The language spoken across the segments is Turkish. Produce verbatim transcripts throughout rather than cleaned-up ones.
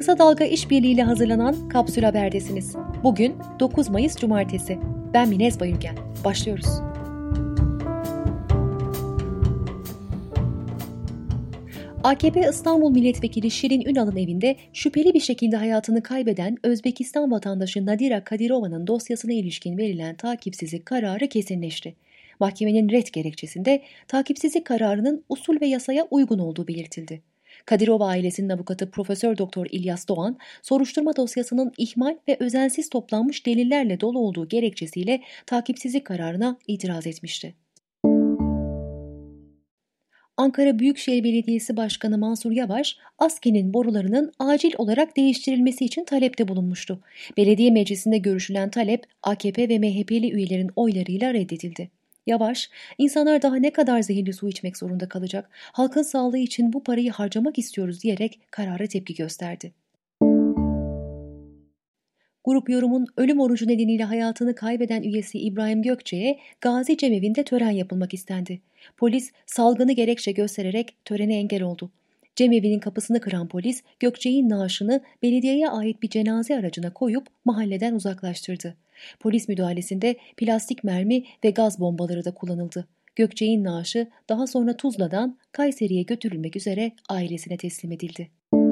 Kısa Dalga İşbirliği'yle hazırlanan Kapsül Haber'desiniz. Bugün dokuz Mayıs Cumartesi. Ben Minez Bayülgen. Başlıyoruz. A K P İstanbul Milletvekili Şirin Ünal'ın evinde şüpheli bir şekilde hayatını kaybeden Özbekistan vatandaşı Nadira Kadirova'nın dosyasına ilişkin verilen takipsizlik kararı kesinleşti. Mahkemenin ret gerekçesinde takipsizlik kararının usul ve yasaya uygun olduğu belirtildi. Kadirova ailesinin avukatı Profesör Doktor İlyas Doğan, soruşturma dosyasının ihmal ve özensiz toplanmış delillerle dolu olduğu gerekçesiyle takipsizlik kararına itiraz etmişti. Ankara Büyükşehir Belediyesi Başkanı Mansur Yavaş, ASKİ'nin borularının acil olarak değiştirilmesi için talepte bulunmuştu. Belediye meclisinde görüşülen talep A K P ve M H P'li üyelerin oylarıyla reddedildi. Yavaş, insanlar daha ne kadar zehirli su içmek zorunda kalacak, halkın sağlığı için bu parayı harcamak istiyoruz diyerek karara tepki gösterdi. Grup Yorum'un ölüm orucu nedeniyle hayatını kaybeden üyesi İbrahim Gökçe'ye Gazi Cemevi'nde tören yapılmak istendi. Polis salgını gerekçe göstererek törene engel oldu. Cemevi'nin kapısını kıran polis Gökçe'nin naaşını belediyeye ait bir cenaze aracına koyup mahalleden uzaklaştırdı. Polis müdahalesinde plastik mermi ve gaz bombaları da kullanıldı. Gökçe'nin naaşı daha sonra Tuzla'dan Kayseri'ye götürülmek üzere ailesine teslim edildi.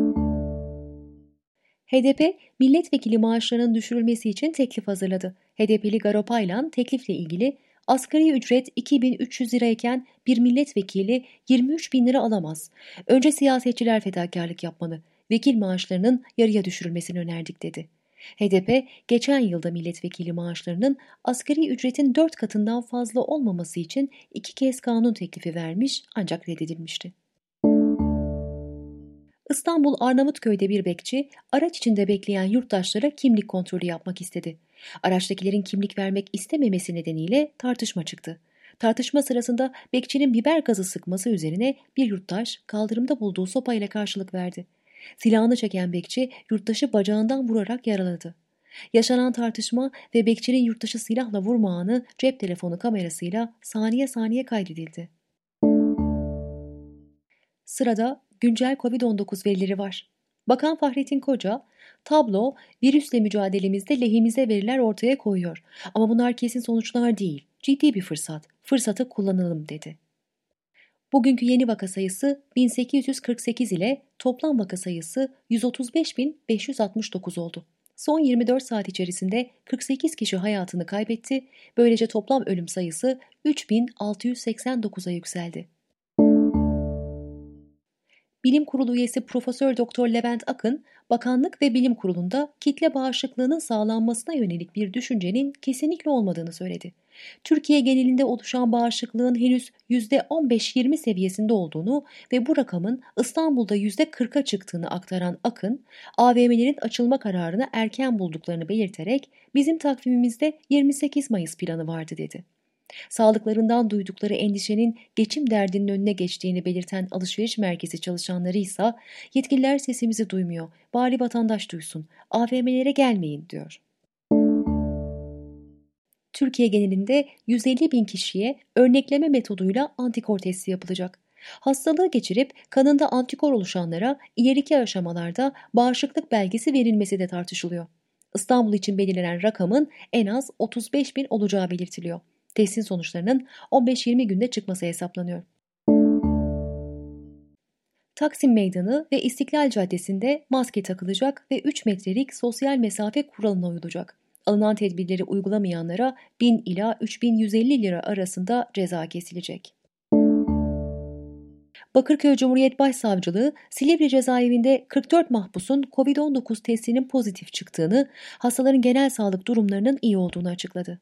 H D P, milletvekili maaşlarının düşürülmesi için teklif hazırladı. H D P'li Garo Paylan teklifle ilgili asgari ücret iki bin üç yüz lirayken bir milletvekili yirmi üç bin lira alamaz. Önce siyasetçiler fedakarlık yapmalı. Vekil maaşlarının yarıya düşürülmesini önerdik dedi. H D P, geçen yılda milletvekili maaşlarının asgari ücretin dört katından fazla olmaması için iki kez kanun teklifi vermiş ancak reddedilmişti. İstanbul Arnavutköy'de bir bekçi, araç içinde bekleyen yurttaşlara kimlik kontrolü yapmak istedi. Araçtakilerin kimlik vermek istememesi nedeniyle tartışma çıktı. Tartışma sırasında bekçinin biber gazı sıkması üzerine bir yurttaş kaldırımda bulduğu sopayla karşılık verdi. Silahını çeken bekçi yurttaşı bacağından vurarak yaraladı. Yaşanan tartışma ve bekçinin yurttaşı silahla vurma anı cep telefonu kamerasıyla saniye saniye kaydedildi. Sırada güncel kovid on dokuz verileri var. Bakan Fahrettin Koca, tablo virüsle mücadelemizde lehimize veriler ortaya koyuyor. Ama bunlar kesin sonuçlar değil, ciddi bir fırsat. Fırsatı kullanalım dedi. Bugünkü yeni vaka sayısı bin sekiz yüz kırk sekiz ile toplam vaka sayısı yüz otuz beş bin beş yüz altmış dokuz oldu. Son yirmi dört saat içerisinde kırk sekiz kişi hayatını kaybetti. Böylece toplam ölüm sayısı üç bin altı yüz seksen dokuza yükseldi. Bilim Kurulu üyesi Profesör Doktor Levent Akın, Bakanlık ve Bilim Kurulu'nda kitle bağışıklığının sağlanmasına yönelik bir düşüncenin kesinlikle olmadığını söyledi. Türkiye genelinde oluşan bağışıklığın henüz yüzde on beş yirmi seviyesinde olduğunu ve bu rakamın İstanbul'da yüzde kırka çıktığını aktaran Akın, A V M'lerin açılma kararını erken bulduklarını belirterek bizim takvimimizde yirmi sekiz Mayıs planı vardı dedi. Sağlıklarından duydukları endişenin geçim derdinin önüne geçtiğini belirten alışveriş merkezi çalışanları ise yetkililer sesimizi duymuyor, bari vatandaş duysun, A V M'lere gelmeyin diyor. Türkiye genelinde yüz elli bin kişiye örnekleme metoduyla antikor testi yapılacak. Hastalığı geçirip kanında antikor oluşanlara ileriki aşamalarda bağışıklık belgesi verilmesi de tartışılıyor. İstanbul için belirlenen rakamın en az otuz beş bin olacağı belirtiliyor. Testin sonuçlarının on beş yirmi günde çıkması hesaplanıyor. Taksim Meydanı ve İstiklal Caddesi'nde maske takılacak ve üç metrelik sosyal mesafe kuralına uyulacak. Alınan tedbirleri uygulamayanlara bin ila üç bin yüz elli lira arasında ceza kesilecek. Bakırköy Cumhuriyet Başsavcılığı, Silivri Cezaevinde kırk dört mahpusun kovid on dokuz testinin pozitif çıktığını, hastaların genel sağlık durumlarının iyi olduğunu açıkladı.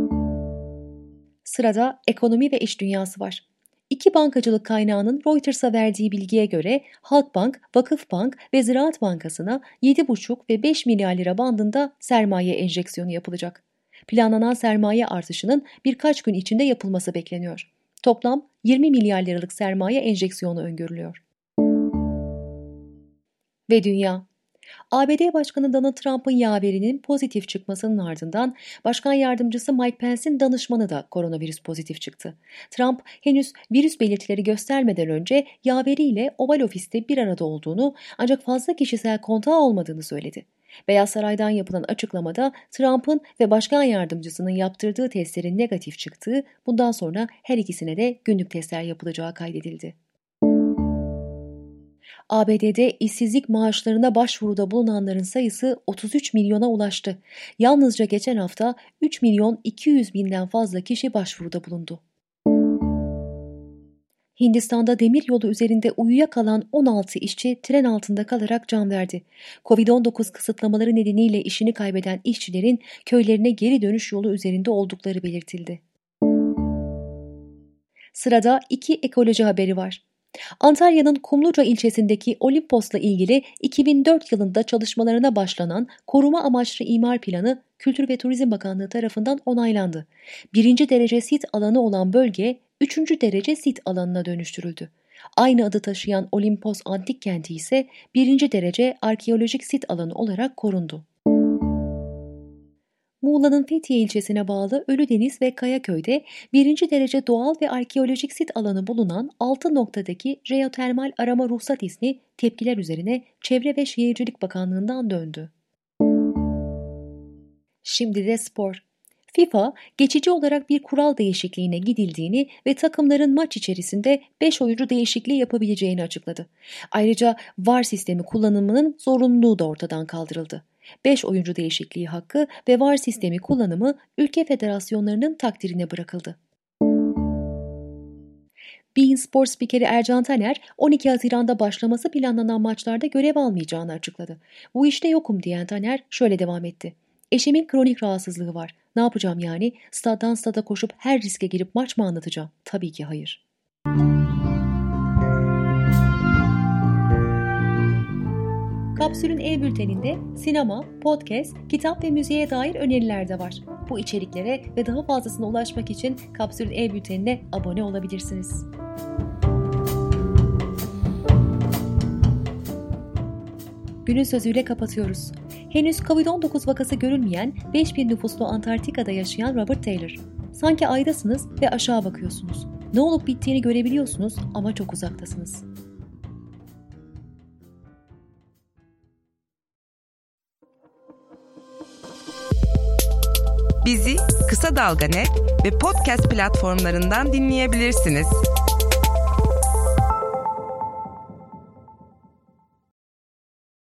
Sırada ekonomi ve iş dünyası var. İki bankacılık kaynağının Reuters'a verdiği bilgiye göre Halkbank, Vakıfbank ve Ziraat Bankası'na yedi buçuk ve beş milyar lira bandında sermaye enjeksiyonu yapılacak. Planlanan sermaye artışının birkaç gün içinde yapılması bekleniyor. Toplam yirmi milyar liralık sermaye enjeksiyonu öngörülüyor. Ve dünya. A B D Başkanı Donald Trump'ın yaverinin pozitif çıkmasının ardından Başkan Yardımcısı Mike Pence'in danışmanı da koronavirüs pozitif çıktı. Trump henüz virüs belirtileri göstermeden önce yaveriyle Oval Ofis'te bir arada olduğunu ancak fazla kişisel kontağı olmadığını söyledi. Beyaz Saray'dan yapılan açıklamada Trump'ın ve Başkan Yardımcısının yaptırdığı testlerin negatif çıktığı, bundan sonra her ikisine de günlük testler yapılacağı kaydedildi. A B D'de işsizlik maaşlarına başvuruda bulunanların sayısı otuz üç milyona ulaştı. Yalnızca geçen hafta üç milyon iki yüz binden fazla kişi başvuruda bulundu. Hindistan'da demiryolu üzerinde uyuyakalan on altı işçi tren altında kalarak can verdi. kovid on dokuz kısıtlamaları nedeniyle işini kaybeden işçilerin köylerine geri dönüş yolu üzerinde oldukları belirtildi. Sırada iki ekoloji haberi var. Antalya'nın Kumluca ilçesindeki Olimpos'la ilgili iki bin dört yılında çalışmalarına başlanan koruma amaçlı imar planı Kültür ve Turizm Bakanlığı tarafından onaylandı. Birinci derece sit alanı olan bölge üçüncü derece sit alanına dönüştürüldü. Aynı adı taşıyan Olimpos Antik Kenti ise birinci derece arkeolojik sit alanı olarak korundu. Muğla'nın Fethiye ilçesine bağlı Ölüdeniz ve Kayaköy'de birinci derece doğal ve arkeolojik sit alanı bulunan altı noktadaki jeotermal arama ruhsat izni tepkiler üzerine Çevre ve Şehircilik Bakanlığı'ndan döndü. Şimdi de spor. FIFA, geçici olarak bir kural değişikliğine gidildiğini ve takımların maç içerisinde beş oyuncu değişikliği yapabileceğini açıkladı. Ayrıca V A R sistemi kullanımının zorunluluğu da ortadan kaldırıldı. beş oyuncu değişikliği hakkı ve V A R sistemi kullanımı ülke federasyonlarının takdirine bırakıldı. beIN Spor spikeri Ercan Taner, on iki Haziran'da başlaması planlanan maçlarda görev almayacağını açıkladı. Bu işte yokum diyen Taner şöyle devam etti. Eşimin kronik rahatsızlığı var. Ne yapacağım yani? Staddan stada koşup her riske girip maç mı anlatacağım? Tabii ki hayır. Kapsül'ün e-bülteninde sinema, podcast, kitap ve müziğe dair öneriler de var. Bu içeriklere ve daha fazlasına ulaşmak için Kapsül'ün e-bültenine abone olabilirsiniz. Günün sözüyle kapatıyoruz. Henüz kovid on dokuz vakası görülmeyen beş bin nüfuslu Antarktika'da yaşayan Robert Taylor. Sanki aydasınız ve aşağı bakıyorsunuz. Ne olup bittiğini görebiliyorsunuz ama çok uzaktasınız. Bizi Kısa Dalga Net ve podcast platformlarından dinleyebilirsiniz.